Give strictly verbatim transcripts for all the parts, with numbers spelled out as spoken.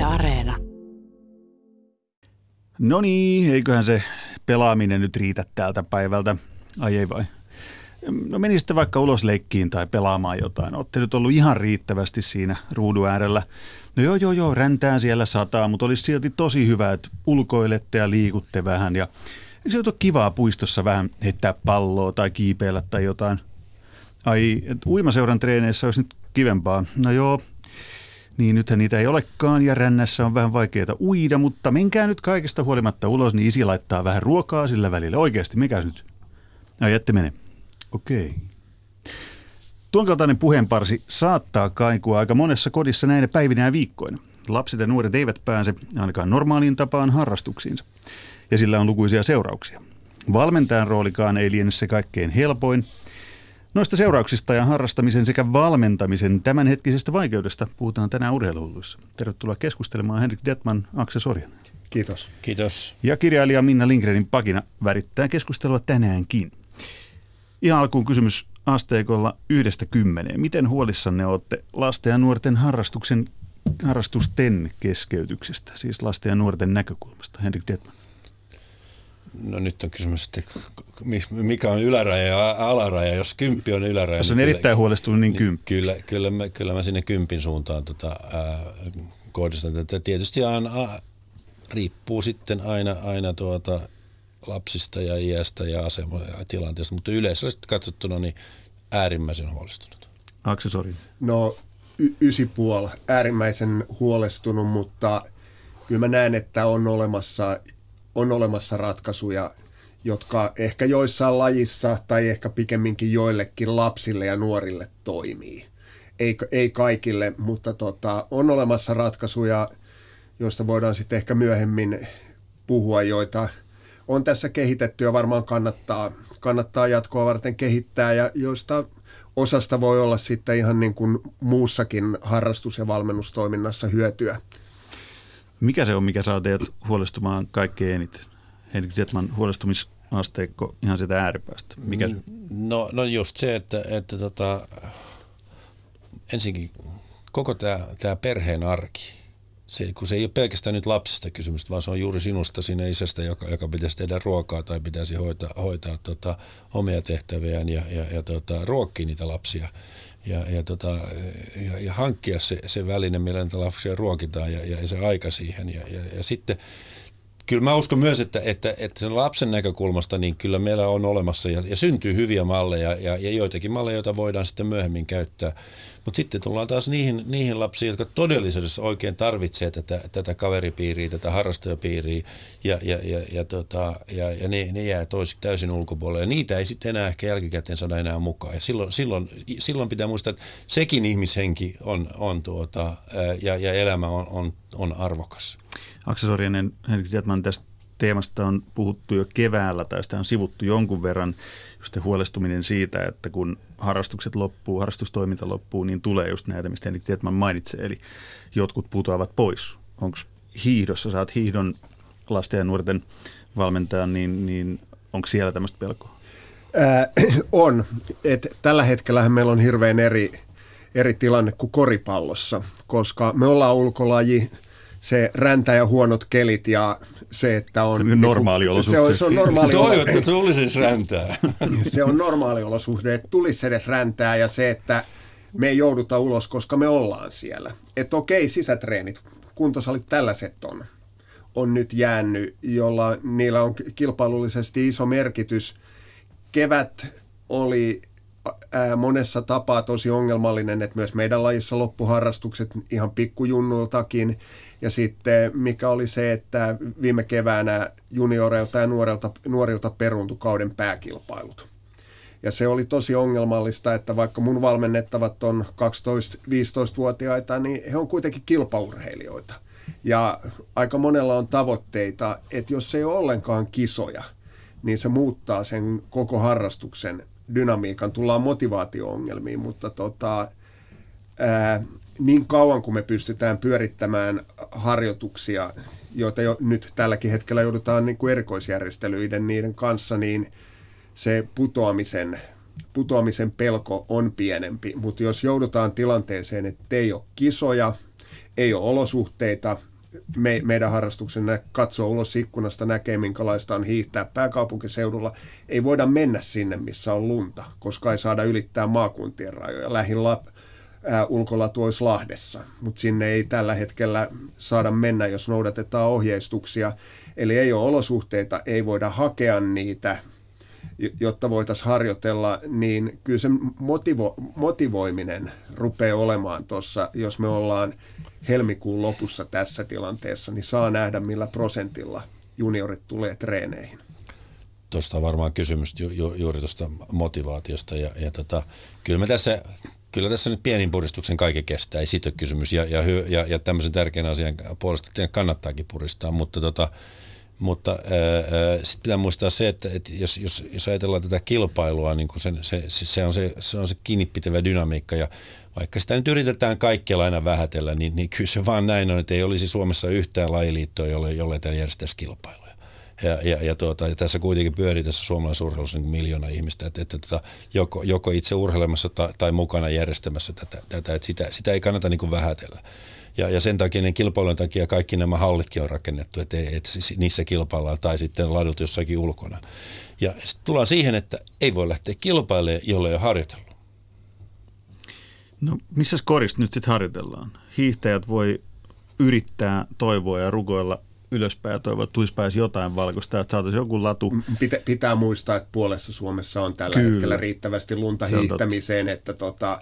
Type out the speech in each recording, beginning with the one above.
Areena. No niin, eiköhän se pelaaminen nyt riitä täältä päivältä. Ai ei vai. No menisitte vaikka ulos leikkiin tai pelaamaan jotain. Olette nyt ollut ihan riittävästi siinä ruudun äärellä. No joo, joo, joo, räntään siellä sataa, mutta olisi silti tosi hyvä, että ulkoilette ja liikutte vähän. Ja eikö se ole kivaa puistossa vähän heittää palloa tai kiipeillä tai jotain? Ai, että uimaseuran treeneissä olisi nyt kivempaa. No joo, niin nythän niitä ei olekaan ja rännässä on vähän vaikeaa uida, mutta menkää nyt kaikesta huolimatta ulos, niin isi laittaa vähän ruokaa sillä välillä. Oikeasti, mikäs nyt? Ai, ette mene. Okei. Tuon kaltainen puheenparsi saattaa kaikua aika monessa kodissa näinä päivinä ja viikkoina. Lapset ja nuoret eivät pääse ainakaan normaaliin tapaan harrastuksiinsa. Ja sillä on lukuisia seurauksia. Valmentajan roolikaan ei liene se kaikkein helpoin. Noista seurauksista ja harrastamisen sekä valmentamisen tämänhetkisestä vaikeudesta puhutaan tänään Urheiluhulluissa. Tervetuloa keskustelemaan Henrik Detman, Aksel Sorjanen. Kiitos. Kiitos. Ja kirjailija Minna Lindgrenin pakina värittää keskustelua tänäänkin. Ihan alkuun kysymys asteikolla yhdestä kymmeneen. Miten huolissanne olette lasten ja nuorten harrastuksen, harrastusten keskeytyksestä, siis lasten ja nuorten näkökulmasta? Henrik Detman. No nyt on kysymys, että mikä on yläraja ja alaraja. Jos kymppi on yläraja. Jos on niin erittäin kyllä, huolestunut, niin kymppi. Kyllä, kyllä, mä, kyllä mä sinne kympin suuntaan tota, ää, kohdistan tätä. Tietysti aina, riippuu sitten aina, aina tuota, lapsista ja iästä ja asema ja tilanteesta, mutta yleisesti katsottuna niin äärimmäisen huolestunut. Aksel Sorjanen. No y- ysi puoli, äärimmäisen huolestunut, mutta kyllä mä näen, että on olemassa, on olemassa ratkaisuja, jotka ehkä joissain lajissa tai ehkä pikemminkin joillekin lapsille ja nuorille toimii. Ei, ei kaikille, mutta tota, on olemassa ratkaisuja, joista voidaan sitten ehkä myöhemmin puhua, joita on tässä kehitetty ja varmaan kannattaa, kannattaa jatkoa varten kehittää ja joista osasta voi olla sitten ihan niin kuin muussakin harrastus- ja valmennustoiminnassa hyötyä. Mikä se on, mikä saa teidät huolestumaan kaikkein eniten? Henrik Detman, huolestumisasteikko ihan sitä ääripäästä. Mikä se? No, no just se, että, että tota, ensinnäkin koko tämä, tämä perheen arki. Se, kun se ei ole pelkästään nyt lapsista kysymystä, vaan se on juuri sinusta, siinä isästä, joka, joka pitäisi tehdä ruokaa tai pitäisi hoitaa, hoitaa tota, omia tehtäviään ja, ja, ja tota, ruokkia niitä lapsia ja, ja, tota, ja, ja hankkia se, se väline, millä niitä lapsia ruokitaan ja, ja se aika siihen. Ja, ja, ja sitten kyllä mä uskon myös, että, että, että sen lapsen näkökulmasta niin kyllä meillä on olemassa ja, ja syntyy hyviä malleja ja, ja joitakin malleja, joita voidaan sitten myöhemmin käyttää. Mutta sitten tullaan taas niihin, niihin lapsiin, jotka todellisuudessa oikein tarvitsee tätä, tätä kaveripiiriä, tätä harrastajapiiriä ja, ja, ja, ja, tota, ja, ja ne, ne jää tois, täysin ulkopuolelle. Ja niitä ei sitten enää ehkä jälkikäteen saada enää mukaan. Ja silloin, silloin, silloin pitää muistaa, että sekin ihmishenki on, on tuota, ja, ja elämä on, on, on arvokas. Aksel Sorjanen, Henrik Detman, tästä teemasta on puhuttu jo keväällä tai sitä on sivuttu jonkun verran. Just huolestuminen siitä, että kun harrastukset loppuu, harrastustoiminta loppuu, niin tulee just näitä, mistä Henrik Detman mainitsee. Eli jotkut putoavat pois. Onko hiihdossa, sä oot hiihdon lasten ja nuorten valmentaja, niin, niin onko siellä tämmöistä pelkoa? Ää, on. Et tällä hetkellähän meillä on hirveän eri, eri tilanne kuin koripallossa, koska me ollaan ulkolaji. Se räntä ja huonot kelit ja se, että on... Normaaliolosuhteet. Se on, se on normaali Toivon, että tulisi räntää. Se on normaaliolosuhde, että tulisi edes räntää ja se, että me ei jouduta ulos, koska me ollaan siellä. Että okei, sisätreenit, kuntosalit tällaiset on, on nyt jäänyt, jolla niillä on kilpailullisesti iso merkitys. Kevät oli ää, monessa tapaa tosi ongelmallinen, että myös meidän lajissa loppuharrastukset ihan pikkujunnuiltakin. Ja sitten mikä oli se, että viime keväänä junioreilta ja nuorilta, nuorilta peruuntui kauden pääkilpailut. Ja se oli tosi ongelmallista, että vaikka mun valmennettavat on kaksitoista-viisitoistavuotiaita, niin he on kuitenkin kilpaurheilijoita. Ja aika monella on tavoitteita, että jos ei ole ollenkaan kisoja, niin se muuttaa sen koko harrastuksen dynamiikan. Tullaan motivaatio-ongelmiin, mutta tota, ää, niin kauan kuin me pystytään pyörittämään harjoituksia, joita jo nyt tälläkin hetkellä joudutaan niin kuin erikoisjärjestelyiden niiden kanssa, niin se putoamisen, putoamisen pelko on pienempi. Mutta jos joudutaan tilanteeseen, että ei ole kisoja, ei ole olosuhteita, me, meidän harrastuksen katsoa ulos ikkunasta, näkee minkälaista on hiihtää pääkaupunkiseudulla. Ei voida mennä sinne, missä on lunta, koska ei saada ylittää maakuntien rajoja. Lähin la, ää, ulkolatu olisi Lahdessa, mutta sinne ei tällä hetkellä saada mennä, jos noudatetaan ohjeistuksia. Eli ei ole olosuhteita, ei voida hakea niitä, jotta voitaisiin harjoitella, niin kyllä se motivo, motivoiminen rupeaa olemaan tuossa, jos me ollaan helmikuun lopussa tässä tilanteessa, niin saa nähdä, millä prosentilla juniorit tulee treeneihin. Tuosta on varmaan kysymys ju, ju, juuri tuosta motivaatiosta, ja, ja tota, kyllä, me tässä, kyllä tässä nyt pienin puristuksen kaikki kestää, ei siitä ole kysymys, ja, ja, ja, ja tämmöisen tärkeän asian puolesta kannattaakin puristaa, mutta tota, Mutta sitten pitää muistaa se, että, että jos, jos, jos ajatellaan tätä kilpailua, niin kun se, se, se, on se, se on se kiinnipitävä dynamiikka, ja vaikka sitä nyt yritetään kaikkialla aina vähätellä, niin, niin kyllä se vaan näin on, että ei olisi Suomessa yhtään lajiliittoa, jolle, jolle täällä järjestäisi kilpailuja. Ja, ja, ja, tuota, ja tässä kuitenkin pyörii tässä suomalaisessa urheilussa niin miljoona ihmistä, että, että että joko, joko itse urheilemassa tai, tai mukana järjestämässä tätä, tätä että sitä, sitä ei kannata niin kuin vähätellä. Ja, ja sen takia ne kilpailujen takia kaikki nämä hallitkin on rakennettu, että, että niissä kilpaillaan tai sitten ladut jossakin ulkona. Ja sitten tullaan siihen, että ei voi lähteä kilpailemaan, jolle ei ole harjoitellut. No missä korista nyt sitten harjoitellaan? Hiihtäjät voi yrittää toivoa ja rukoilla ylöspäin ja toivoa, että tulisi pääsi jotain valkoista, että saataisiin joku latu. Pitä, pitää muistaa, että puolessa Suomessa on tällä Kyllä. hetkellä riittävästi lunta hiihtämiseen, että tota,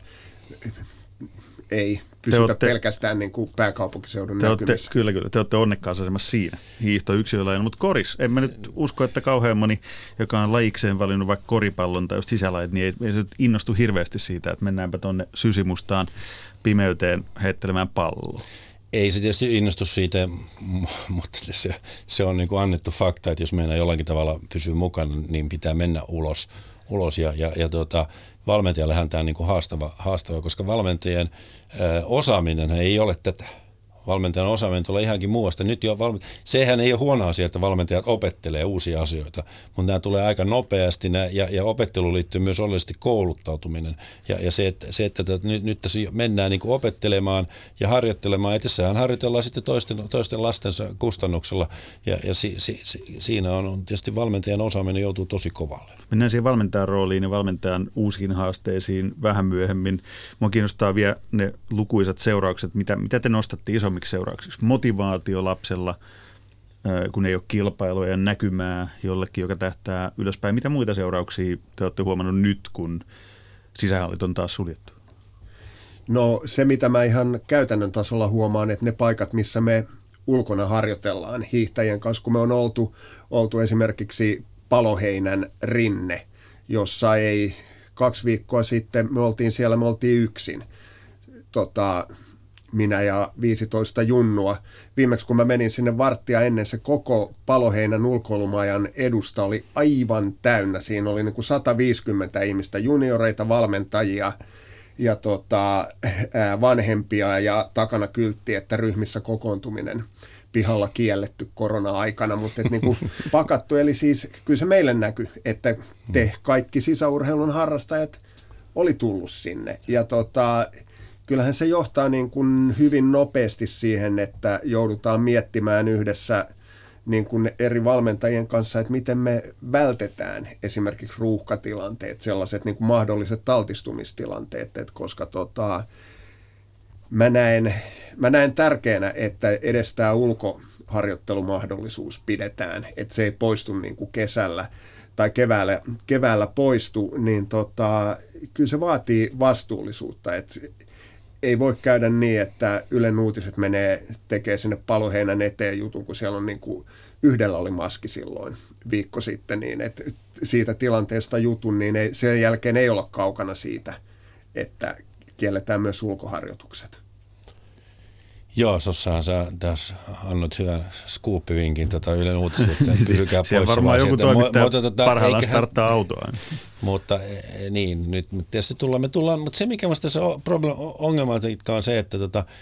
ei pysytä olette, pelkästään niin kuin pääkaupunkiseudun te näkymissä. Olette, kyllä, kyllä. Te olette onnekkaassa asemassa siinä. Hiihto yksilölajina, mutta koris. En mä nyt usko, että kauhean moni, joka on lajikseen valinnut vaikka koripallon tai just sisälajit, niin ei, ei se innostu hirveästi siitä, että mennäänpä tuonne sysimustaan pimeyteen heittelemään palloa. Ei se tietysti innostu siitä, mutta se, se on niin kuin annettu fakta, että jos meidän jollakin tavalla pysyy mukana, niin pitää mennä ulos. ulos ja, ja, ja tuota, valmentajallehan tämä on niin kuin haastava, haastava, koska valmentajien ö, osaaminen ei ole tätä. Valmentajan osaaminen tulee ihankin muuasta. Nyt jo valme- Sehän ei ole huono asia, että valmentajat opettelee uusia asioita, mutta nämä tulee aika nopeasti nämä, ja, ja opetteluun liittyy myös oleellisesti kouluttautuminen. Ja, ja se, että, se, että tätä, nyt, nyt tässä mennään niin kuin opettelemaan ja harjoittelemaan, ja tässähän harjoitellaan sitten toisten, toisten lastensa kustannuksella, ja, ja si, si, si, siinä on tietysti valmentajan osaaminen joutuu tosi kovalle. Mennään siihen valmentajan rooliin ja valmentajan uusiin haasteisiin vähän myöhemmin. Mua kiinnostaa vielä ne lukuisat seuraukset, mitä, mitä te nostatte isommiksi seurauksiksi. Motivaatio lapsella, kun ei ole kilpailua ja näkymää jollekin, joka tähtää ylöspäin. Mitä muita seurauksia te olette huomannut nyt, kun sisähallit on taas suljettu? No se, mitä mä ihan käytännön tasolla huomaan, että ne paikat, missä me ulkona harjoitellaan hiihtäjien kanssa, kun me on oltu, oltu esimerkiksi Paloheinän rinne, jossa ei kaksi viikkoa sitten me oltiin siellä, me oltiin yksin. Tota, minä ja viisitoista junnua. Viimeksi kun mä menin sinne varttia ennen, se koko Paloheinän ulkoilumajan edusta oli aivan täynnä. Siinä oli niin kuin sata viisikymmentä ihmistä, junioreita, valmentajia ja tota, vanhempia ja takana kyltti, että ryhmissä kokoontuminen pihalla kielletty korona-aikana, mutta et niin kuin pakattu. Eli siis kyllä se meille näkyi, että te kaikki sisäurheilun harrastajat oli tullut sinne. Ja tota, kyllähän se johtaa niin kuin hyvin nopeasti siihen, että joudutaan miettimään yhdessä niin kuin eri valmentajien kanssa, että miten me vältetään esimerkiksi ruuhkatilanteet, sellaiset niin kuin mahdolliset taltistumistilanteet, että koska tota, mä, näen, mä näen tärkeänä, että edes tämä ulkoharjoittelumahdollisuus pidetään, että se ei poistu niin kuin kesällä tai keväällä, keväällä poistu, niin tota, kyllä se vaatii vastuullisuutta, että ei voi käydä niin, että Ylen uutiset menee tekee sinne Paloheinän eteen jutun, kun siellä on niin kuin, yhdellä oli maski silloin viikko sitten, niin että siitä tilanteesta jutun, niin ei, sen jälkeen ei olla kaukana siitä, että kielletään myös ulkoharjoitukset. Joo, tossahan sä tässä annot hyvän skuuppivinkin tota Ylen uutiset, että pysykää poissa. Siellä varmaan joku toimittaja mutta, tota, parhaillaan starttaa autoa. Mutta niin, nyt tietysti tullaan, me tullaan, mutta se mikä minusta tässä ongelma on se, että tota,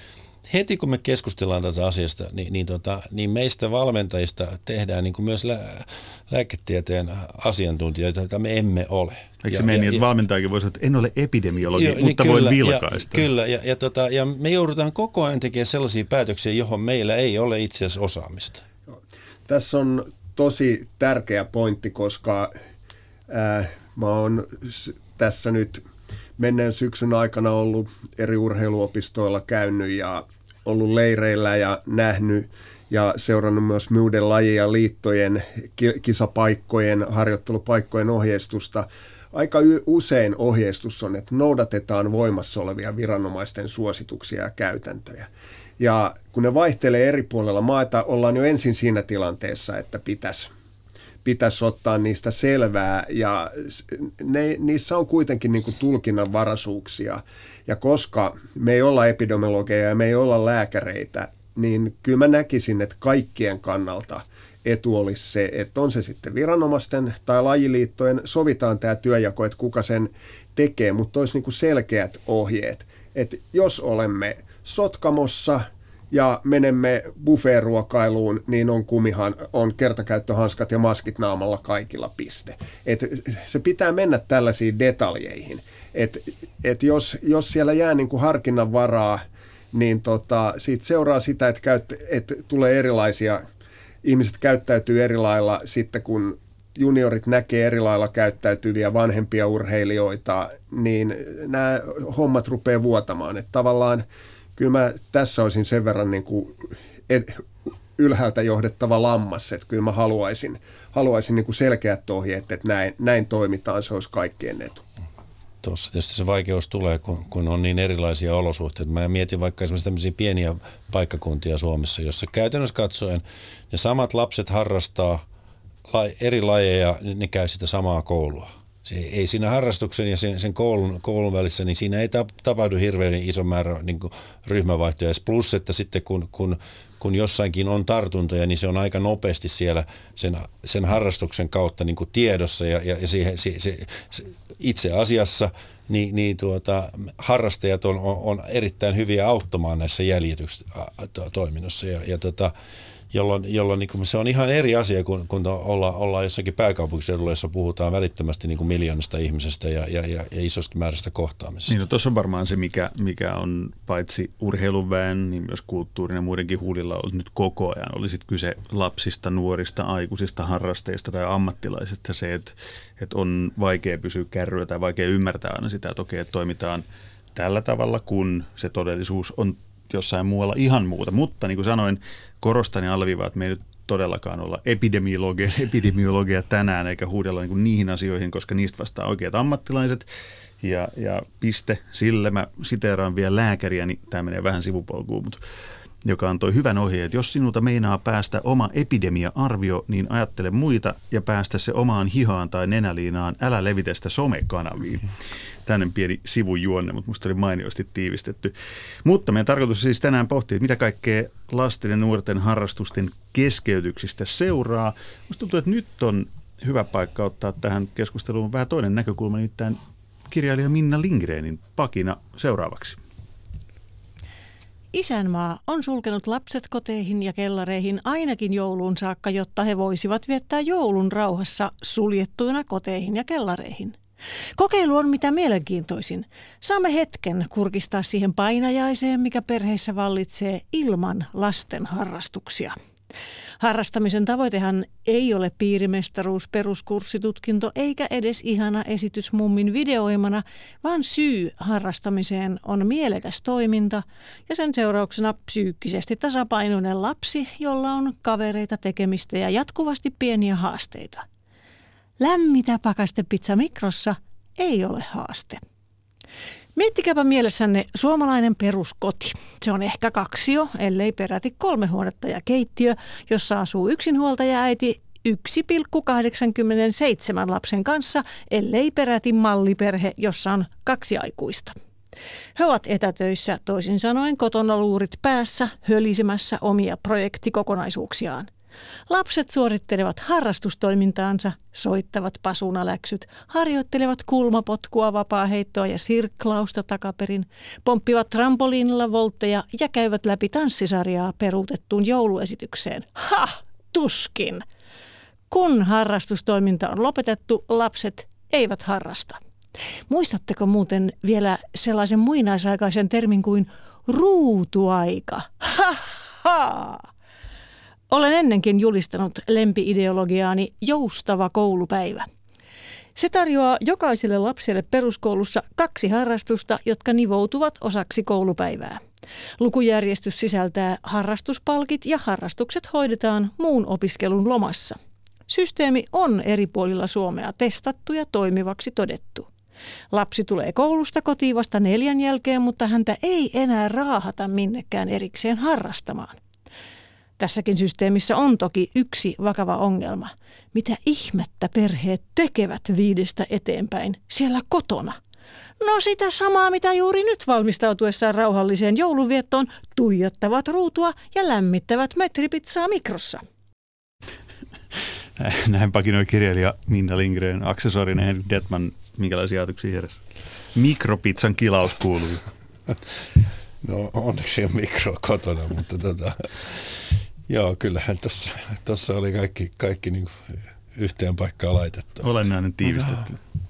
heti kun me keskustellaan tästä asiasta, niin, niin, tota, niin meistä valmentajista tehdään niin kuin myös lä- lääketieteen asiantuntijoita, joita me emme ole. Eikö se mene niin, että valmentajakin voisi sanoa, että en ole epidemiologi, jo, mutta niin voin vilkaista? Ja, kyllä, ja, ja, tota, ja me joudutaan koko ajan tekemään sellaisia päätöksiä, johon meillä ei ole itse asiassa osaamista. Tässä on tosi tärkeä pointti, koska ää, mä oon tässä nyt menneen syksyn aikana ollut eri urheiluopistoilla käynyt ja ollut leireillä ja nähnyt ja seurannut myös muiden lajien ja liittojen kisapaikkojen, harjoittelupaikkojen ohjeistusta. Aika usein ohjeistus on, että noudatetaan voimassa olevia viranomaisten suosituksia ja käytäntöjä. Ja kun ne vaihtelee eri puolella maata, ollaan jo ensin siinä tilanteessa, että pitäisi, pitäisi ottaa niistä selvää. Ja ne, niissä on kuitenkin niin kuin tulkinnanvaraisuuksia. Ja koska me ei olla epidemiologeja ja me ei olla lääkäreitä, niin kyllä mä näkisin, että kaikkien kannalta etu olisi se, että on se sitten viranomaisten tai lajiliittojen, sovitaan tämä työjako, että kuka sen tekee, mutta olisi niin kuin selkeät ohjeet. Että jos olemme Sotkamossa ja menemme buffeeruokailuun, niin on kumihan, on kertakäyttöhanskat ja maskit naamalla kaikilla piste. Et se pitää mennä tällaisiin detaljeihin. Et, et jos, jos siellä jää niin kuin harkinnan varaa, niin tota, siitä seuraa sitä, että, käyt, että tulee erilaisia, ihmiset käyttäytyy eri lailla sitten, kun juniorit näkee eri lailla käyttäytyviä vanhempia urheilijoita, niin nämä hommat rupeaa vuotamaan. Että tavallaan kyllä mä tässä olisin sen verran niin kuin ylhäältä johdettava lammas, että kyllä mä haluaisin, haluaisin niin kuin selkeät ohjeet, että näin, näin toimitaan, se olisi kaikkien etu. Tuossa tietysti se vaikeus tulee, kun, kun on niin erilaisia olosuhteita. Mä mietin vaikka esimerkiksi tämmöisiä pieniä paikkakuntia Suomessa, jossa käytännössä katsoen ne samat lapset harrastaa eri lajeja, ne käy sitä samaa koulua. Se ei siinä harrastuksen ja sen, sen koulun, koulun välissä, niin siinä ei tapahdu hirveän iso määrä niin kuin ryhmävaihtoja. Plus, että sitten kun, kun, kun jossainkin on tartuntoja, niin se on aika nopeasti siellä sen, sen harrastuksen kautta niin kuin tiedossa ja, ja, ja siihen, se, se, se, itse asiassa niin, niin tuota, harrastajat on, on, on erittäin hyviä auttamaan näissä jäljitystoiminnoissa ja, ja tota, jolloin, jolloin niin kuin se on ihan eri asia, kun, kun olla, ollaan jossakin pääkaupunkiseudulla, jossa puhutaan välittömästi niin kuin miljoonasta ihmisestä ja, ja, ja, ja isosta määrästä kohtaamisesta. Niin, no tuossa on varmaan se, mikä, mikä on paitsi urheiluväen, niin myös kulttuurin ja muidenkin huulilla ollut nyt koko ajan. Oli sitten kyse lapsista, nuorista, aikuisista, harrasteista tai ammattilaisista se, että, että on vaikea pysyä kärryä tai vaikea ymmärtää aina sitä, että okei, että toimitaan tällä tavalla, kun se todellisuus on jossain muualla ihan muuta. Mutta niin kuin sanoin, korostan ja alviivaan, että me ei nyt todellakaan olla epidemiologia, epidemiologia tänään eikä huudella niin kuin niihin asioihin, koska niistä vastaa oikeat ammattilaiset. Ja, ja piste sille. Mä siteeraan vielä lääkäriä, niin tämä menee vähän sivupolkuun, mutta joka antoi hyvän ohjeen, että jos sinulta meinaa päästä oma epidemia-arvio, niin ajattele muita ja päästä se omaan hihaan tai nenäliinaan, älä levitä sitä somekanaviin. Tällainen pieni sivujuonne, mutta musta oli mainiosti tiivistetty. Mutta meidän tarkoitus siis tänään pohtia, mitä kaikkea lasten ja nuorten harrastusten keskeytyksistä seuraa. Musta tuntuu, että nyt on hyvä paikka ottaa tähän keskusteluun vähän toinen näkökulma, nimittäin kirjailija Minna Lindgrenin pakina seuraavaksi. Isänmaa on sulkenut lapset koteihin ja kellareihin ainakin jouluun saakka, jotta he voisivat viettää joulun rauhassa suljettuina koteihin ja kellareihin. Kokeilu on mitä mielenkiintoisin. Saamme hetken kurkistaa siihen painajaiseen, mikä perheissä vallitsee ilman lasten harrastuksia. Harrastamisen tavoitehan ei ole piirimestaruus, peruskurssitutkinto eikä edes ihana esitys mummin videoimana, vaan syy harrastamiseen on mielekäs toiminta ja sen seurauksena psyykkisesti tasapainoinen lapsi, jolla on kavereita, tekemistä ja jatkuvasti pieniä haasteita. Lämmitä pakastepizza mikrossa ei ole haaste. Miettikääpä mielessänne suomalainen peruskoti. Se on ehkä kaksio, ellei peräti kolme huonetta ja keittiö, jossa asuu yksinhuoltajaäiti yksi pilkku kahdeksankymmentäseitsemän lapsen kanssa, ellei peräti malliperhe, jossa on kaksi aikuista. He ovat etätöissä, toisin sanoen kotona luurit päässä, hölisemässä omia projektikokonaisuuksiaan. Lapset suorittelevat harrastustoimintaansa, soittavat pasunaläksyt, harjoittelevat kulmapotkua, vapaaheittoa ja sirkklausta takaperin, pomppivat trampoliinilla voltteja ja käyvät läpi tanssisarjaa peruutettuun jouluesitykseen. Ha! Tuskin! Kun harrastustoiminta on lopetettu, lapset eivät harrasta. Muistatteko muuten vielä sellaisen muinaisaikaisen termin kuin ruutuaika? Ha ha! Olen ennenkin julistanut lempi-ideologiaani joustava koulupäivä. Se tarjoaa jokaiselle lapselle peruskoulussa kaksi harrastusta, jotka nivoutuvat osaksi koulupäivää. Lukujärjestys sisältää harrastuspalkit ja harrastukset hoidetaan muun opiskelun lomassa. Systeemi on eri puolilla Suomea testattu ja toimivaksi todettu. Lapsi tulee koulusta kotiin vasta neljän jälkeen, mutta häntä ei enää raahata minnekään erikseen harrastamaan. Tässäkin systeemissä on toki yksi vakava ongelma. Mitä ihmettä perheet tekevät viidestä eteenpäin siellä kotona? No sitä samaa, mitä juuri nyt valmistautuessaan rauhalliseen joulunviettoon tuijottavat ruutua ja lämmittävät metripizzaa mikrossa. Näin pakinoi kirjailija Minna Lindgren, aksessorinen Henrik Detman. Minkälaisia ajatuksia heräsi? Mikropizzan kilaus kuuluu. No onneksi ei ole mikroa kotona, mutta tota, joo, kyllähän tuossa oli kaikki, kaikki niin kuin yhteen paikkaan laitettu. Olennainen tiivistetty.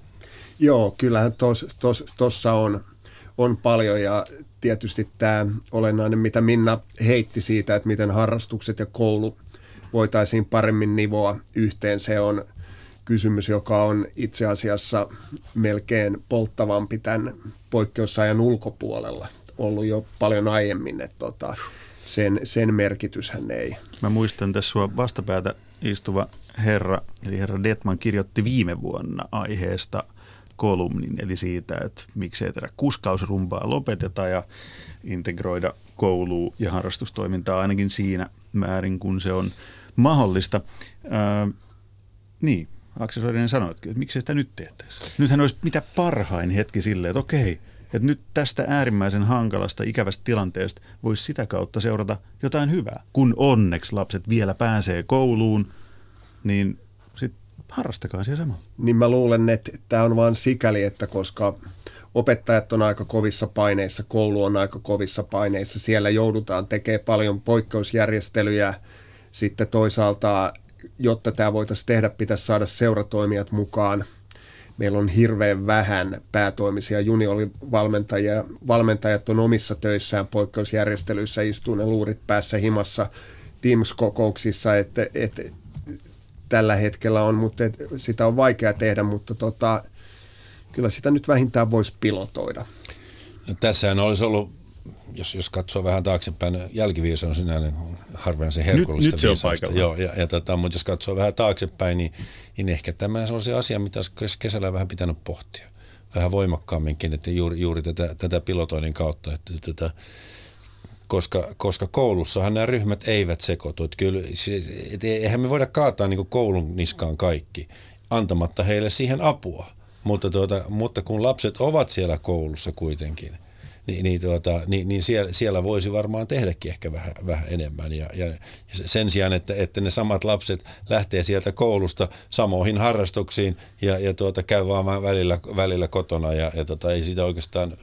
Joo, kyllähän tuossa tos, tos, on, on paljon ja tietysti tämä olennainen, mitä Minna heitti siitä, että miten harrastukset ja koulu voitaisiin paremmin nivoa yhteen. Se on kysymys, joka on itse asiassa melkein polttavampi tämän poikkeusajan ulkopuolella. Ollut jo paljon aiemmin, että tota, sen, sen merkityshän ei. Mä muistan tässä sua vastapäätä istuva herra, eli herra Detman kirjoitti viime vuonna aiheesta kolumnin, eli siitä, että miksei tätä kuskausrumpaa lopeteta ja integroida kouluun ja harrastustoimintaa ainakin siinä määrin, kun se on mahdollista. Ää, niin, aksessorinen sanoitkin, että miksei sitä nyt tehtäisi. Nythän olisi mitä parhain hetki silleen, että okei, että nyt tästä äärimmäisen hankalasta, ikävästä tilanteesta voisi sitä kautta seurata jotain hyvää. Kun onneksi lapset vielä pääsee kouluun, niin sitten harrastakaa siellä samalla. Niin mä luulen, että tämä on vaan sikäli, että koska opettajat on aika kovissa paineissa, koulu on aika kovissa paineissa, siellä joudutaan tekemään paljon poikkeusjärjestelyjä, sitten toisaalta, jotta tämä voitaisiin tehdä, pitäisi saada seuratoimijat mukaan. Meillä on hirveän vähän päätoimisia juniorivalmentajia. Valmentajat on omissa töissään poikkeusjärjestelyissä, istuu ne luurit päässä himassa Teams-kokouksissa, että, että tällä hetkellä on, mutta sitä on vaikea tehdä, mutta tota, kyllä sitä nyt vähintään voisi pilotoida. No, tässähän olisi ollut, jos, jos katsoo vähän taaksepäin, jälkiviisaus on sinänsä harvinaisen herkullista. Nyt, nyt se on paikalla. Joo, ja, ja tota, mutta jos katsoo vähän taaksepäin, niin, niin ehkä tämä on se asia, mitä olisi kesällä vähän pitänyt pohtia. Vähän voimakkaamminkin, että juuri, juuri tätä, tätä pilotoinnin kautta, että tätä, koska, koska koulussahan nämä ryhmät eivät sekoitu. Että kyllä, et eihän me voida kaataa niin kuin koulun niskaan kaikki, antamatta heille siihen apua. Mutta, tuota, mutta kun lapset ovat siellä koulussa kuitenkin, niin, niin, tuota, niin, niin siellä, siellä voisi varmaan tehdäkin ehkä vähän, vähän enemmän. Ja, ja sen sijaan, että, että ne samat lapset lähtee sieltä koulusta samoihin harrastuksiin ja, ja tuota, käy vaan välillä, välillä kotona ja, ja tuota, ei siitä oikeastaan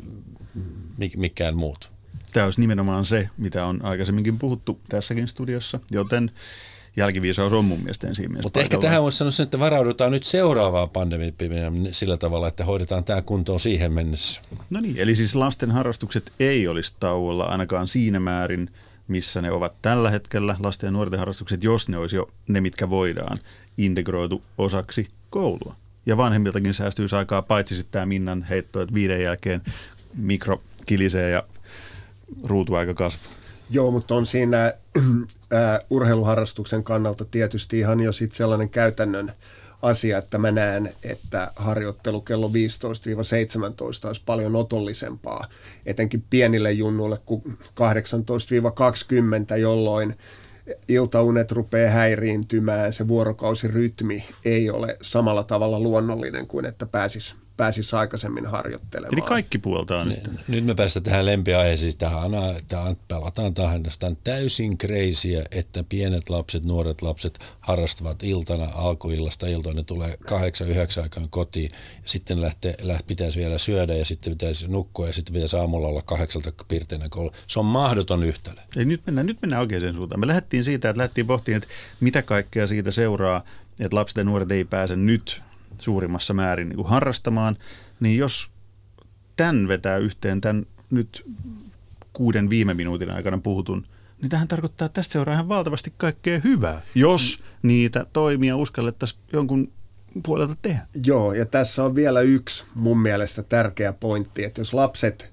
mikään muutu. Tämä olisi nimenomaan se, mitä on aikaisemminkin puhuttu tässäkin studiossa, joten jälkiviisaus on mun mielestä ensin Mutta ehkä tähän voisi sanoa sen, että varaudutaan nyt seuraavaan pandemiaan sillä tavalla, että hoidetaan tämä kuntoon siihen mennessä. No niin, eli siis lasten harrastukset ei olisi tauolla ainakaan siinä määrin, missä ne ovat tällä hetkellä. Lasten ja nuorten harrastukset, jos ne olisi jo ne, mitkä voidaan, integroitu osaksi koulua. Ja vanhemmiltakin säästyisi aikaa, paitsi sitten tämä Minnan heitto, että viiden jälkeen mikro kilisee ja ruutuaika kasvaa. Joo, mutta on siinä äh, urheiluharrastuksen kannalta tietysti ihan jo sit sellainen käytännön asia, että mä näen, että harjoittelu kello viisitoista seitsemäntoista olisi paljon otollisempaa, etenkin pienille junnuille kuin kahdeksantoista kaksikymmentä, jolloin iltaunet rupeaa häiriintymään, se vuorokausirytmi ei ole samalla tavalla luonnollinen kuin että pääsisi pääsisi aikaisemmin harjoittelemaan. Eli kaikki puoltaa nyt. Nyt me päästään tähän lempiaiheeseen. Tähän pelataan tähän. Tästä on täysin kreisiä, että pienet lapset, nuoret lapset harrastavat iltana, alkuillasta iltoon. Ne tulee kahdeksan, yhdeksän aikaan kotiin ja sitten lähtee, lähtee, pitäisi vielä syödä ja sitten pitäisi nukkua ja sitten pitäisi aamulla olla kahdeksalta pirteinä koulu. Se on mahdoton yhtälö. Ei, nyt mennään, nyt mennään oikeaan suuntaan. Me lähdettiin siitä, että lähdettiin pohtimaan, että mitä kaikkea siitä seuraa, että lapset ja nuoret ei pääse nyt suurimmassa määrin niin kuin harrastamaan, niin jos tämän vetää yhteen, tämän nyt kuuden viime minuutin aikana puhutun, niin tähän tarkoittaa, että tästä seuraa ihan valtavasti kaikkea hyvää, jos niitä toimia uskallettaisiin jonkun puolelta tehdä. Joo, ja tässä on vielä yksi mun mielestä tärkeä pointti, että jos lapset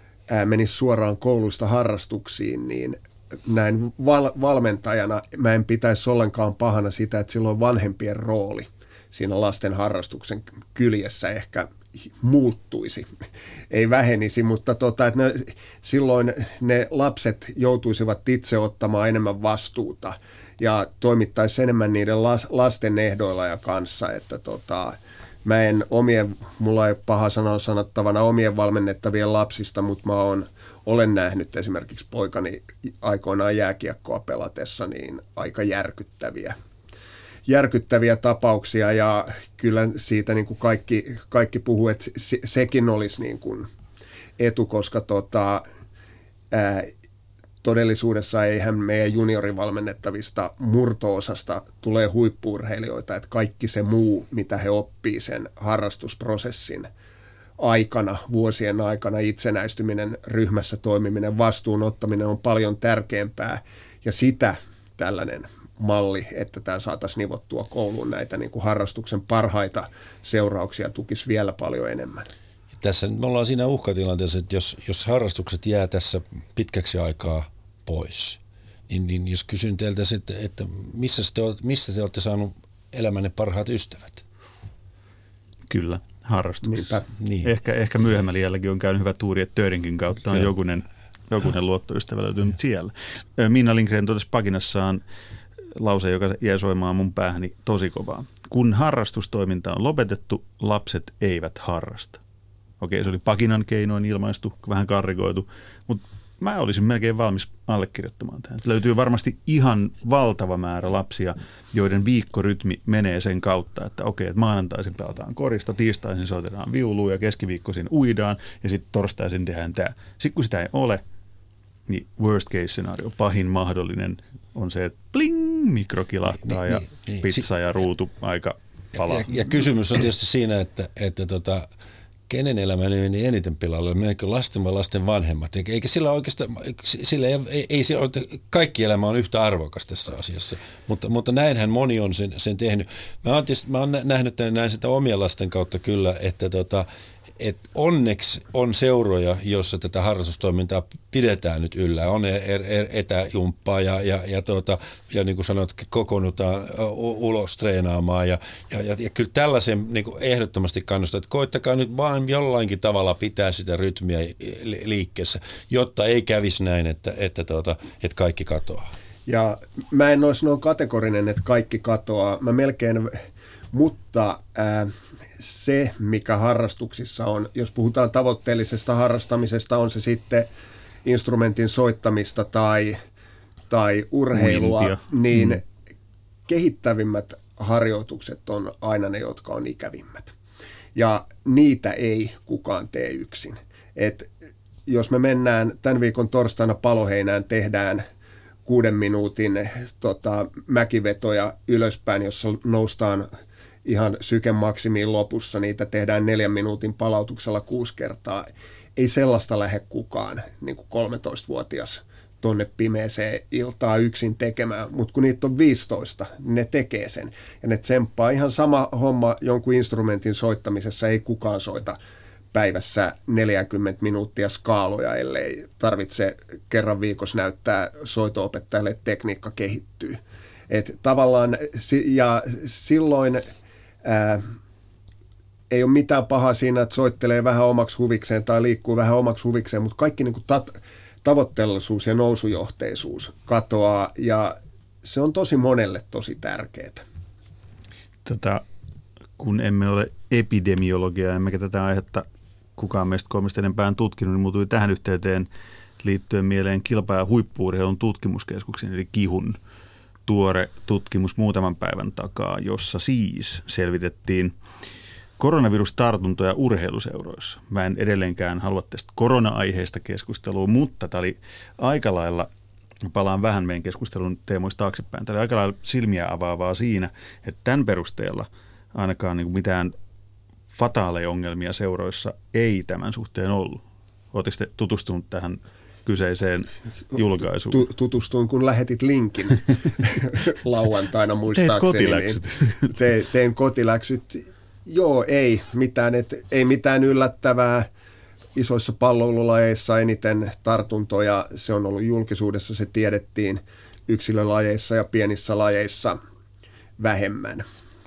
menis suoraan kouluista harrastuksiin, niin näin val- valmentajana mä en pitäisi ollenkaan pahana sitä, että silloin vanhempien rooli siinä lasten harrastuksen kyljessä ehkä muuttuisi, ei vähenisi, mutta tota, että ne, silloin ne lapset joutuisivat itse ottamaan enemmän vastuuta ja toimittaisi enemmän niiden las, lasten ehdoilla ja kanssa, että tota, mä en omien, mulla ei paha sana sanottavana omien valmennettavien lapsista, mutta mä oon, olen nähnyt esimerkiksi poikani aikoinaan jääkiekkoa pelatessa niin aika järkyttäviä järkyttäviä tapauksia ja kyllä siitä niin kuin kaikki, kaikki puhuu, että se, sekin olisi niin kuin etu, koska tota, ää, todellisuudessa eihän meidän juniorivalmennettavista murto-osasta tulee huippu-urheilijoita, että kaikki se muu, mitä he oppii sen harrastusprosessin aikana, vuosien aikana, itsenäistyminen, ryhmässä toimiminen, vastuun ottaminen on paljon tärkeämpää ja sitä tällainen malli, että tämä saataisiin nivottua kouluun näitä niin kuin harrastuksen parhaita seurauksia tukisi vielä paljon enemmän. Tässä me ollaan siinä uhkatilanteessa, että jos, jos harrastukset jää tässä pitkäksi aikaa pois, niin, niin jos kysyn teiltä, että, että missä, te olette, missä te olette saanut elämänne parhaat ystävät? Kyllä, harrastuksessa. Niin. Ehkä, ehkä myöhemmällä jälläkin on käynyt hyvä tuuri, että Törinkin kautta on jokunen, jokunen luottoystävä löytynyt siellä. Minna Lindgren totesi Pakinassaan lause, joka jäi soimaan mun päähäni tosi kovaa. Kun harrastustoiminta on lopetettu, lapset eivät harrasta. Okei, se oli Pakinan keinoin ilmaistu, vähän karrikoitu, mutta mä olisin melkein valmis allekirjoittamaan tämän. Löytyy varmasti ihan valtava määrä lapsia, joiden viikkorytmi menee sen kautta, että okei, että maanantaisin pelataan korista, tiistaisin soitetaan viulua ja keskiviikkoisin uidaan ja sitten torstaisin tehdään tämä. Sitten kun sitä ei ole, niin worst case scenario, pahin mahdollinen on se, että bling, mikro kilahtaa niin, ja niin, niin. pizza ja ruutu aika palaa. Ja, ja kysymys on tietysti siinä, että, että tota, kenen elämä meni eniten pilalle, meneekö lasten vai lasten vanhemmat? Eikä sillä oikeastaan, sillä ei, ei, ei sillä, kaikki elämä on yhtä arvokas tässä asiassa, mutta, mutta näinhän moni on sen, sen tehnyt. Mä oon, tietysti, mä oon nähnyt näin sitä omien lasten kautta kyllä, että tota, et onneksi on seuroja, joissa tätä harrastustoimintaa pidetään nyt yllä. On etäjumppaa ja, ja, ja, tuota, ja niin kuin sanoit, kokoonnutaan ulos treenaamaan. Ja, ja, ja, ja kyllä tällaisen niin kuin ehdottomasti kannustaa, että koittakaa nyt vaan jollainkin tavalla pitää sitä rytmiä liikkeessä, jotta ei kävisi näin, että, että, tuota, että kaikki katoaa. Ja mä en olisi noin kategorinen, että kaikki katoaa. Mä melkein, mutta... Ää, se, mikä harrastuksissa on, jos puhutaan tavoitteellisesta harrastamisesta, on se sitten instrumentin soittamista tai, tai urheilua, Uintia. niin mm. kehittävimmät harjoitukset on aina ne, jotka on ikävimmät. Ja niitä ei kukaan tee yksin. Et jos me mennään tämän viikon torstaina Paloheinään, tehdään kuuden minuutin tota, mäkivetoja ylöspäin, jossa noustaan ihan syken maksimiin lopussa, niitä tehdään neljän minuutin palautuksella kuusi kertaa. Ei sellaista lähde kukaan, niin kuin kolmetoistavuotias tonne pimeeseen iltaa yksin tekemään, mutta kun niitä on viisitoista, niin ne tekee sen. Ja ne tsemppaa ihan sama homma jonkun instrumentin soittamisessa, ei kukaan soita päivässä neljäkymmentä minuuttia skaaloja, ellei tarvitse kerran viikossa näyttää soito-opettajalle, että tekniikka kehittyy. Et tavallaan, ja silloin ää, ei ole mitään pahaa siinä, että soittelee vähän omaksi huvikseen tai liikkuu vähän omaksi huvikseen, mutta kaikki niin kuin tat- tavoitteellisuus ja nousujohteisuus katoaa, ja se on tosi monelle tosi tärkeää. Tota, kun emme ole epidemiologia, emmekä tätä aihetta kukaan meistä kolmesta enempään tutkinut, niin muutui tähän yhteyteen liittyen mieleen kilpa- ja huippu-urheilun tutkimuskeskuksen, eli KIHUn tuore tutkimus muutaman päivän takaa, jossa siis selvitettiin koronavirustartuntoja urheiluseuroissa. Mä en edelleenkään halua tästä korona-aiheesta keskustelua, mutta tämä oli aika lailla, palaan vähän meidän keskustelun teemoista taaksepäin, tämä oli aika lailla silmiä avaavaa siinä, että tämän perusteella ainakaan niin kuin mitään fataaleja ongelmia seuroissa ei tämän suhteen ollut. Oletteko te tutustunut tähän kyseiseen julkaisuun? Tu- tutustuin, kun lähetit linkin lauantaina muistaakseni. Teet kotiläksyt. Niin te- tein kotiläksyt. Joo, ei mitään, et, ei mitään yllättävää. Isoissa palloilulajeissa eniten tartuntoja, se on ollut julkisuudessa, se tiedettiin yksilölajeissa ja pienissä lajeissa vähemmän.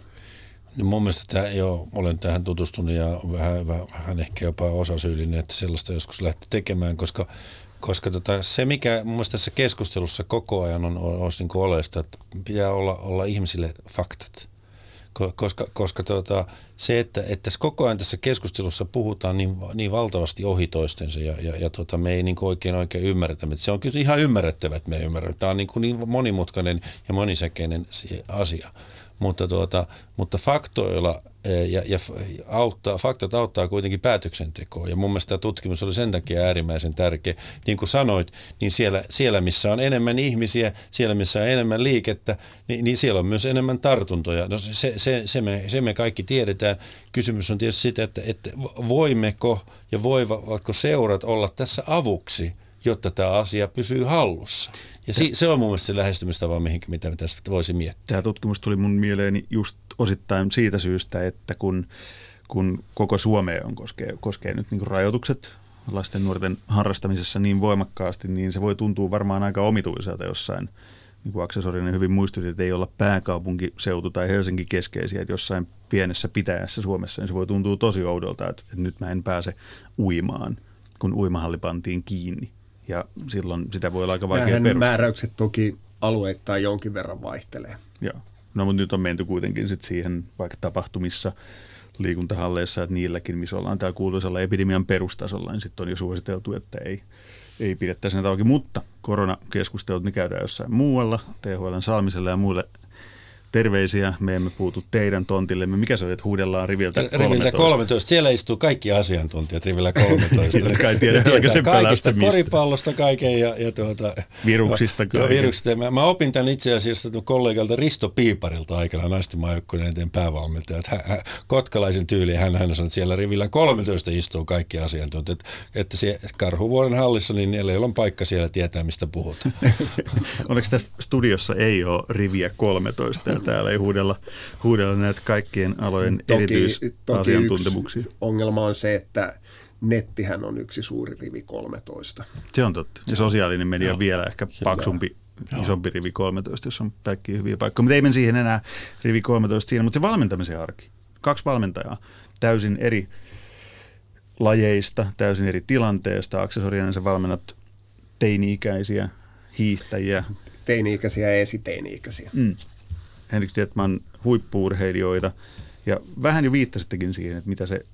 No mun mielestä tämä, joo, olen tähän tutustunut ja vähän, vähän, vähän ehkä jopa osasyyllinen, että sellaista joskus lähti tekemään, koska, koska tota, se, mikä mun mielestä tässä keskustelussa koko ajan on, on, on niin kuin oleellista, että pitää olla, olla ihmisille faktat. Koska, koska tota, se, että, että koko ajan tässä keskustelussa puhutaan niin, niin valtavasti ohi toistensa ja, ja, ja tota, me ei niin oikein oikein ymmärretä. Se on kyllä ihan ymmärrettävä, että me ei ymmärrä. Tämä on niin, niin monimutkainen ja monisäkeinen asia. Mutta, tuota, mutta faktoilla ja, ja auttaa, faktat auttaa kuitenkin päätöksentekoa. Ja mun mielestä tämä tutkimus oli sen takia äärimmäisen tärkeä. Niin kuin sanoit, niin siellä, siellä missä on enemmän ihmisiä, siellä missä on enemmän liikettä, niin, niin siellä on myös enemmän tartuntoja. No se, se, se, me, se me kaikki tiedetään. Kysymys on tietysti sitä, että, että voimmeko ja voivatko seurat olla tässä avuksi, jotta tämä asia pysyy hallussa. Ja si- se on mun mielestä se lähestymistapa, mihin, mitä tässä voisi miettiä. Tämä tutkimus tuli mun mieleeni just osittain siitä syystä, että kun, kun koko Suomea on koskee, koskee nyt niin kuin rajoitukset lasten nuorten harrastamisessa niin voimakkaasti, niin se voi tuntua varmaan aika omituiselta jossain, niin kuin Aksel Sorinen hyvin muistutti, että ei olla pääkaupunkiseutu tai Helsinki keskeisiä, että jossain pienessä pitäjässä Suomessa, niin se voi tuntua tosi oudolta, että, että nyt mä en pääse uimaan, kun uimahalli pantiin kiinni. Ja silloin sitä voi olla aika vaikea Nämähän perustaa. Määräykset toki alueittain jonkin verran vaihtelee. Joo. No mutta nyt on menty kuitenkin sit siihen vaikka tapahtumissa, liikuntahalleissa, että niilläkin, missä ollaan täällä kuuluisella epidemian perustasolla, niin sitten on jo suositeltu, että ei, ei pidettäisi näitä auki. Mutta koronakeskustelut, ne käydään jossain muualla, T H L:n Salmisella ja muille. Terveisiä, me emme puutu teidän tontillemme. Mikä se on, että huudellaan riviltä kolmetoista? Riviltä kolmetoista. Siellä istuu kaikki asiantuntijat rivillä kolmetoista. Jotka ei tiedä sen kaikista koripallosta kaiken ja, ja tuota, viruksista kaiken. Viruksista. Mä, mä opin tämän itse asiassa kollegalta Risto Piiparilta aikana naisten maajoukkueen eteen päävalmentaja. Että kotkalaisen tyyliin hän, hän sanoi, että siellä rivillä kolmetoista istuu kaikki asiantuntijat. Että, että se Karhuvuoren hallissa, niin niillä ei ole paikka siellä tietää, mistä puhutaan. Onneksi tässä studiossa ei ole riviä kolmetoista? Täällä ei huudella, huudella näitä kaikkien alojen erityisasiantuntemuksia. Toki ongelma on se, että nettihän on yksi suuri rivi kolmetoista. Se on totta. Ja sosiaalinen media on vielä ehkä paksumpi, Joo. isompi rivi kolmetoista, jos on kaikki hyviä paikkoja. Mutta ei mene siihen enää rivi kolmetoista siinä, mutta se valmentamisen arki. Kaksi valmentajaa täysin eri lajeista, täysin eri tilanteesta. Aksel Sorinen, sä valmennat teini-ikäisiä hiihtäjiä. Teini-ikäisiä ja esiteini-ikäisiä. Mm. Henrik Tietman huippu-urheilijoita, ja vähän jo viittasittekin siihen, että mitä se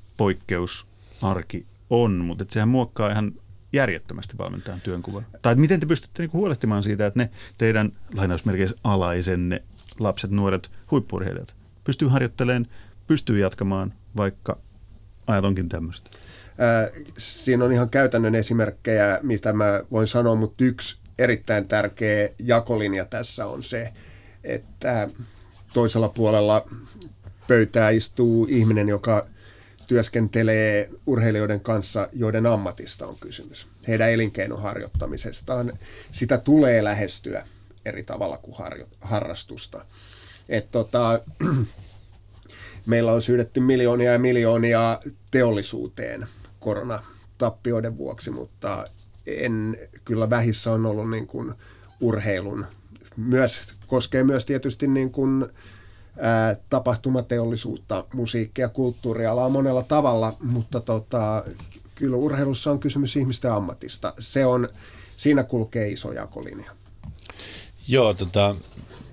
poikkeusarki on, mutta että sehän muokkaa ihan järjettömästi valmentajan työnkuvan. Tai että miten te pystytte niinku huolehtimaan siitä, että ne teidän lainausmerkeissä alaisenne lapset, nuoret huippu-urheilijat pystyy harjoittelemaan, pystyy jatkamaan, vaikka ajat onkin tämmöistä. Äh, siinä on ihan käytännön esimerkkejä, mitä mä voin sanoa, mutta yksi erittäin tärkeä jakolinja tässä on se, että toisella puolella pöytää istuu ihminen, joka työskentelee urheilijoiden kanssa, joiden ammatista on kysymys. Heidän elinkeinon harjoittamisestaan. Sitä tulee lähestyä eri tavalla kuin harjo- harrastusta. Et tota, meillä on syydetty miljoonia ja miljoonia teollisuuteen koronatappioiden vuoksi, mutta en, kyllä vähissä on ollut niin kuin urheilun. Myös, koskee myös tietysti niin kuin, ää, tapahtumateollisuutta, musiikkia, kulttuurialaa monella tavalla, mutta tota, kyllä urheilussa on kysymys ihmisten ammatista. Se on, siinä kulkee iso jakolinja. Joo, tota,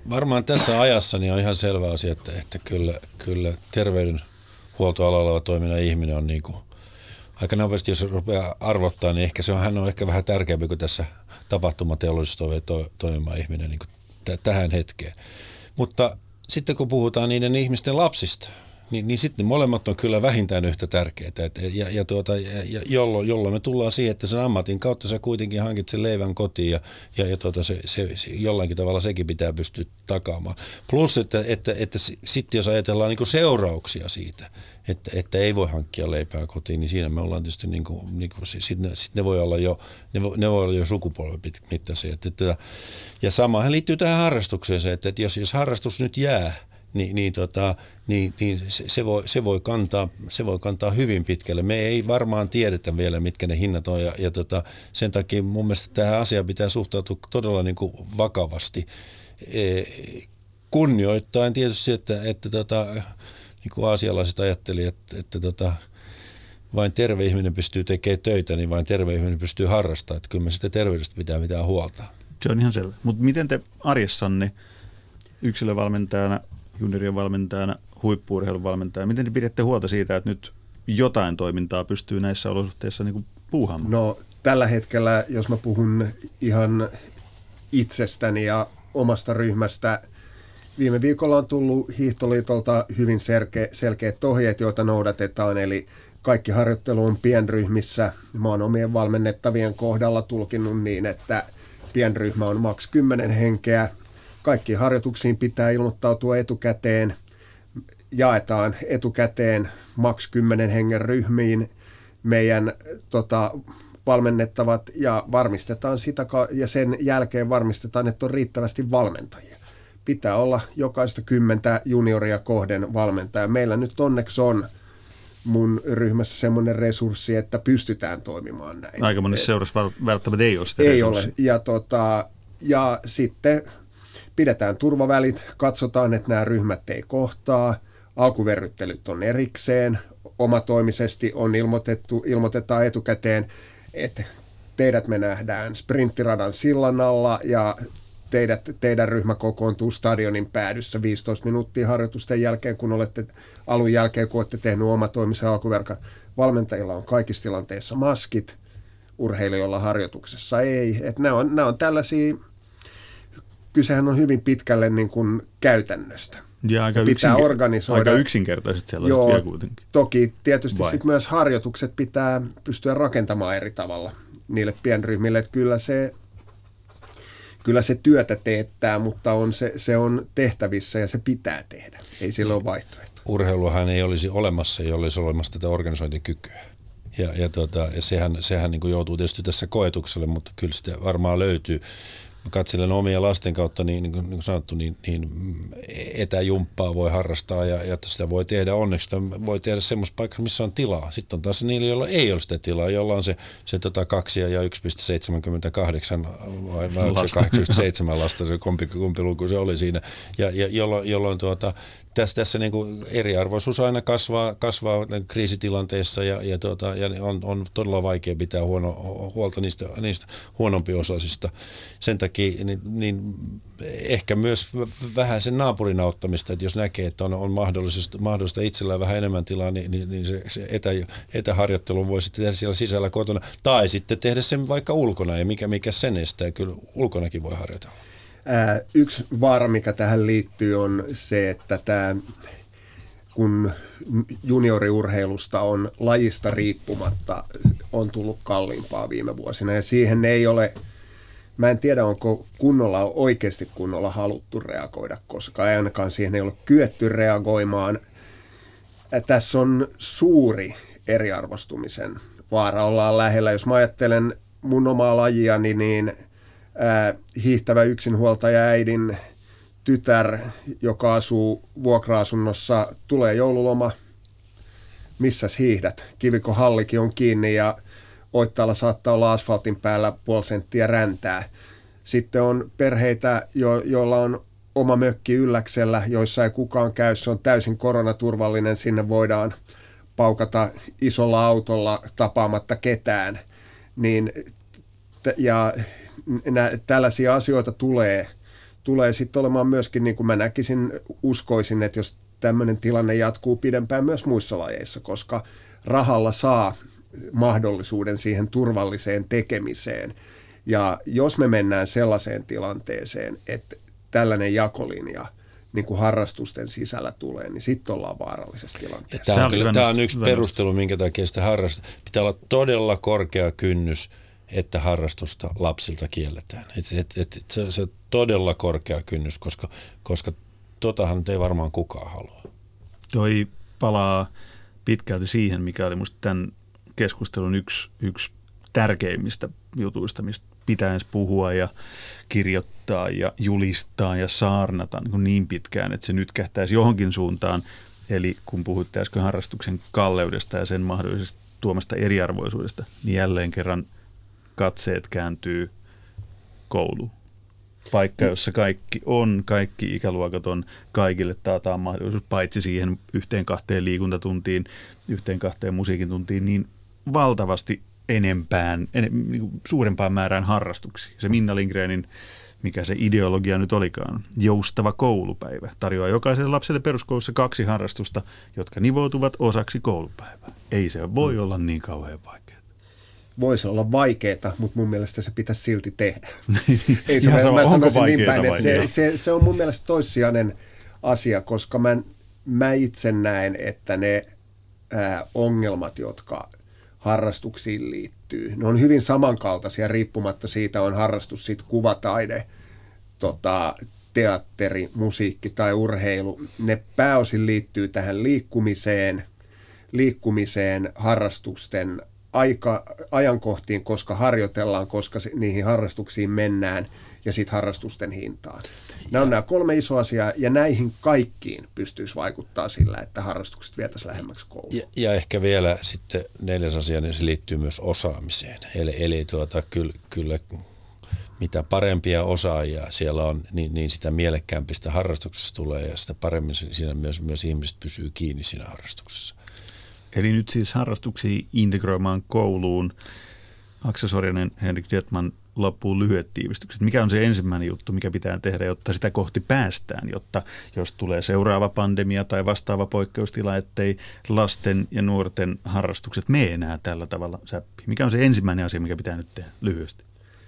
varmaan tässä ajassa niin on ihan selvä asia, että, että kyllä, kyllä terveydenhuoltoalalla toiminnan ihminen on niin kuin aika nopeasti, jos rupeaa arvottaa, niin ehkä se on, hän on ehkä vähän tärkeämpi kuin tässä tapahtumateollisuudessa to, toimiva ihminen niin kuin t- tähän hetkeen. Mutta sitten kun puhutaan niiden ihmisten lapsista, niin, niin sitten molemmat on kyllä vähintään yhtä tärkeitä. Et, ja, ja tuota, ja, jolloin, jolloin me tullaan siihen, että sen ammatin kautta sä kuitenkin hankit sen leivän kotiin ja, ja, ja tuota, se, se, se, jollakin tavalla sekin pitää pystyä takaamaan. Plus, että, että, että sitten jos ajatellaan niin kuin seurauksia siitä, että, että ei voi hankkia leipää kotiin, niin siinä me ollaan tietysti, niin kuin, niin kuin, sitten ne, sit ne voi olla jo, ne voi, ne voi olla jo sukupolven mittaisia. Että, että, ja samahan liittyy tähän harrastukseen se, että, että jos, jos harrastus nyt jää, Niin, niin, tota, niin, niin se, se, voi, se, voi kantaa, se voi kantaa hyvin pitkälle. Me ei varmaan tiedetä vielä, mitkä ne hinnat on, ja, ja tota, sen takia mun mielestä tähän asiaan pitää suhtautua todella niin kuin vakavasti. E, kunnioittaen tietysti, että, että tota, niin kuin aasialaiset ajatteli, että, että tota, vain terve ihminen pystyy tekemään töitä, niin vain terve ihminen pystyy harrastamaan. Että kyllä me sitä terveydestä pitää mitään huolta. Se on ihan selvä. Mutta miten te arjessanne yksilövalmentajana, juniorien valmentajana, huippu-urheilun valmentajana, miten te pidätte huolta siitä, että nyt jotain toimintaa pystyy näissä olosuhteissa niin kuin puuhaamaan? No tällä hetkellä, jos mä puhun ihan itsestäni ja omasta ryhmästä, viime viikolla on tullut Hiihtoliitolta hyvin selkeä, selkeät ohjeet, joita noudatetaan, eli kaikki harjoittelu on pienryhmissä. Mä oon omien valmennettavien kohdalla tulkinnut niin, että pienryhmä on maks kymmenen henkeä. Kaikkiin harjoituksiin pitää ilmoittautua etukäteen. Jaetaan etukäteen maks kymmenen hengen ryhmiin meidän tota, valmennettavat ja varmistetaan sitä, ja sen jälkeen varmistetaan, että on riittävästi valmentajia. Pitää olla jokaista kymmentä junioria kohden valmentaja. Meillä nyt onneksi on mun ryhmässä semmoinen resurssi, että pystytään toimimaan näin. Aika monessa seurassa välttämättä ei ole sitä Ei resurssia. ole. Ja, tota, ja sitten pidetään turvavälit, katsotaan, että nämä ryhmät ei kohtaa. Alkuverryttelyt on erikseen. Omatoimisesti on ilmoitettu, ilmoitetaan etukäteen, että teidät me nähdään sprinttiradan sillan alla ja teidät, teidän ryhmä kokoontuu stadionin päädyssä viisitoista minuuttia harjoitusten jälkeen, kun olette alun jälkeen, kun olette tehneet omatoimisen alkuverkan. Valmentajilla on kaikissa tilanteissa maskit, urheilijoilla harjoituksessa ei. Että nämä on, nämä on tällaisia, kysehän on hyvin pitkälle niin kuin käytännöstä. Ja aika, pitää yksinker- organisoida. aika yksinkertaiset sellaiset Joo, vielä kuitenkin. Toki tietysti Vai? sit myös harjoitukset pitää pystyä rakentamaan eri tavalla niille pienryhmille. Että kyllä se, kyllä se työtä teettää, mutta on se, se on tehtävissä ja se pitää tehdä. Ei sillä ole vaihtoehto. Urheiluhan ei olisi olemassa, jolle olisi olemassa tätä organisointikykyä. Ja, ja, tuota, ja sehän, sehän niin kuin joutuu tietysti tässä koetukselle, mutta kyllä sitä varmaan löytyy. Mä katselen omia lasten kautta, niin, niin, kuin, niin kuin sanottu, niin, niin etäjumppaa voi harrastaa ja, ja sitä voi tehdä onneksi. Sitä voi tehdä semmoista paikkaa, missä on tilaa. Sitten on taas niillä, joilla ei ole sitä tilaa, jolla on se, se tota kaksi ja yksi pilkku seitsemänkymmentäkahdeksan vai, vai kahdeksankymmentäseitsemän lasta, se kumpi, kumpi luku se oli siinä, ja, ja jolloin, jolloin tuota, tässä, tässä niin kuin eriarvoisuus aina kasvaa, kasvaa kriisitilanteessa ja, ja, tuota, ja on, on todella vaikea pitää huono, huolta niistä, niistä huonompiosaisista. Sen takia niin, niin ehkä myös vähän sen naapurin auttamista, että jos näkee, että on, on mahdollista, mahdollista itsellään vähän enemmän tilaa, niin, niin, niin se, se etä, etäharjoittelu voi sitten tehdä siellä sisällä kotona tai sitten tehdä sen vaikka ulkona ja mikä, mikä sen estää. Kyllä ulkonakin voi harjoitella. Ää, yksi vaara, mikä tähän liittyy, on se, että tämä, kun junioriurheilusta on lajista riippumatta, on tullut kalliimpaa viime vuosina. Ja siihen ei ole, mä en tiedä, onko kunnolla, oikeasti kunnolla haluttu reagoida, koska ainakaan siihen ei ole kyetty reagoimaan. Ää, tässä on suuri eriarvostumisen vaara. Ollaan lähellä. Jos mä ajattelen mun omaa lajiani, niin hiihtävä yksinhuoltaja äidin tytär, joka asuu vuokra-asunnossa, tulee joululoma, missäs hiihdät? Kivikon hallikin on kiinni ja Oittaalla saattaa olla asfaltin päällä puoli senttiä räntää. Sitten on perheitä, jo- joilla on oma mökki Ylläksellä, joissa ei kukaan käy, se on täysin koronaturvallinen, sinne voidaan paukata isolla autolla tapaamatta ketään, niin ja nä, tällaisia asioita tulee, tulee sitten olemaan myöskin, niin kuin mä näkisin, uskoisin, että jos tämmöinen tilanne jatkuu pidempään myös muissa lajeissa, koska rahalla saa mahdollisuuden siihen turvalliseen tekemiseen. Ja jos me mennään sellaiseen tilanteeseen, että tällainen jakolinja niin kuin harrastusten sisällä tulee, niin sitten ollaan vaarallisessa tilanteessa. Tämä on, kyllä, tämä on yksi perustelu, minkä takia sitä harrastusta. Pitää olla todella korkea kynnys, että harrastusta lapsilta kielletään. Et, et, et, se, se on todella korkea kynnys, koska, koska totahan ei varmaan kukaan halua. Toi palaa pitkälti siihen, mikä oli musta tämän keskustelun yksi, yksi tärkeimmistä jutuista, mistä pitäisi puhua ja kirjoittaa ja julistaa ja saarnata niin, niin pitkään, että se nyt kähtäisi johonkin suuntaan. Eli kun puhuitte äsken harrastuksen kalleudesta ja sen mahdollisesti tuomasta eriarvoisuudesta, niin jälleen kerran katseet kääntyy kouluun. Paikka, jossa kaikki on, kaikki ikäluokat on, kaikille taataan mahdollisuus, paitsi siihen yhteen kahteen liikuntatuntiin, yhteen kahteen musiikin tuntiin, niin valtavasti enempään, en, suurempaan määrään harrastuksia. Se Minna Lindgrenin, mikä se ideologia nyt olikaan, joustava koulupäivä, tarjoaa jokaiselle lapselle peruskoulussa kaksi harrastusta, jotka nivoutuvat osaksi koulupäivää. Ei se voi olla niin kauhean vaikeaa. Voisi olla vaikeaa, mutta mun mielestä se pitäisi silti tehdä. Ei se, sama, mä sanoisin niin päin, että se, se, se on mun mielestä toissijainen asia, koska mä, mä itse näen, että ne ää, ongelmat, jotka harrastuksiin liittyy, ne on hyvin samankaltaisia, riippumatta siitä on harrastus sit kuvataide, tota, teatteri, musiikki tai urheilu. Ne pääosin liittyy tähän liikkumiseen, liikkumiseen, harrastusten aika, ajankohtiin, koska harjoitellaan, koska niihin harrastuksiin mennään ja sitten harrastusten hintaan. Nämä on nämä kolme isoa asiaa ja näihin kaikkiin pystyisi vaikuttaa sillä, että harrastukset vietäisiin lähemmäksi koulua. Ja, ja ehkä vielä sitten neljäs asia, niin se liittyy myös osaamiseen. Eli, eli tuota, kyllä, kyllä mitä parempia osaajia siellä on, niin, niin sitä mielekkäämpistä harrastuksesta tulee ja sitä paremmin siinä myös, myös ihmiset pysyy kiinni siinä harrastuksessa. Eli nyt siis harrastuksia integroimaan kouluun. Aksel Sorjanen, Henrik Dietman, loppuun lyhyet tiivistykset. Mikä on se ensimmäinen juttu, mikä pitää tehdä, jotta sitä kohti päästään, jotta jos tulee seuraava pandemia tai vastaava poikkeustila, ettei lasten ja nuorten harrastukset mene enää tällä tavalla säppi. Mikä on se ensimmäinen asia, mikä pitää nyt tehdä lyhyesti?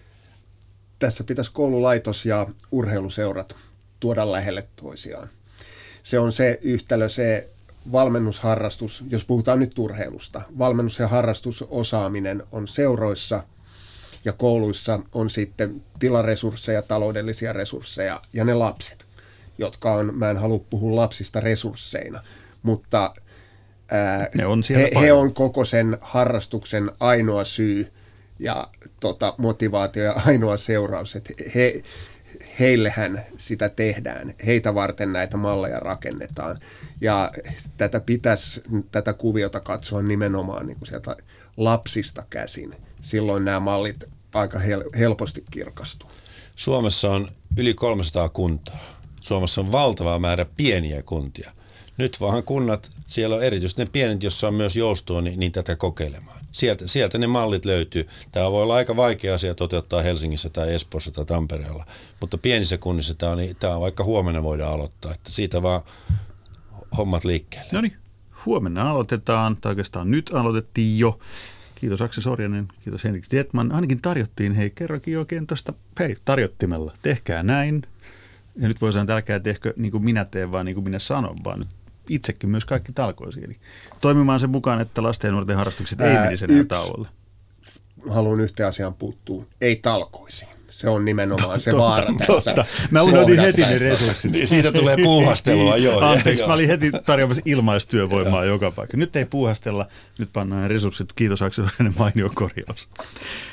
Tässä pitäisi koululaitos ja urheiluseurat tuoda lähelle toisiaan. Se on se yhtälö, se valmennusharrastus, jos puhutaan nyt urheilusta, valmennus- ja harrastusosaaminen on seuroissa ja kouluissa on sitten tilaresursseja, taloudellisia resursseja ja ne lapset, jotka on, mä en halua puhua lapsista resursseina, mutta ää, ne on he, he on koko sen harrastuksen ainoa syy ja tota, motivaatio ja ainoa seuraus, että he, heillehän sitä tehdään, heitä varten näitä malleja rakennetaan ja tätä pitäisi, tätä kuviota katsoa nimenomaan niin kuin sieltä lapsista käsin. Silloin nämä mallit aika hel- helposti kirkastuu. Suomessa on yli kolmesataa kuntaa. Suomessa on valtava määrä pieniä kuntia. Nyt vaan kunnat, siellä on erityisesti ne pienet, jossa on myös joustoa, niin, niin tätä kokeilemaan. Sieltä, sieltä ne mallit löytyy. Tämä voi olla aika vaikea asia toteuttaa Helsingissä tai Espoossa tai Tampereella, mutta pienissä kunnissa tämä on, tämä on vaikka huomenna voidaan aloittaa, että siitä vaan hommat liikkeelle. No niin, huomenna aloitetaan, tai oikeastaan nyt aloitettiin jo. Kiitos Aksel Sorjanen, kiitos Henrik Dietman. Ainakin tarjottiin, hei kerrankin oikein tuosta, hei tarjottimella, tehkää näin. Ja nyt voi sanoa, että älkää tehkö niin kuin minä teen, vaan niin kuin minä sanon, vaan nyt itsekin myös kaikki talkoisiin. Eli toimimaan sen mukaan, että lasten ja nuorten harrastukset ei menisi enää tauolle. Haluan yhteen asiaan puuttua, ei talkoisiin. Se on nimenomaan se totta, vaara tässä. Totta. Mä unohdin heti ne resurssit. Niin siitä tulee puuhastelua, joo. Anteeksi, mä olin heti tarjoamassa ilmaistyövoimaa joka paikka. Nyt ei puuhastella, nyt pannaan resurssit. Kiitos Aksel Sorjanen, mainio korjaus.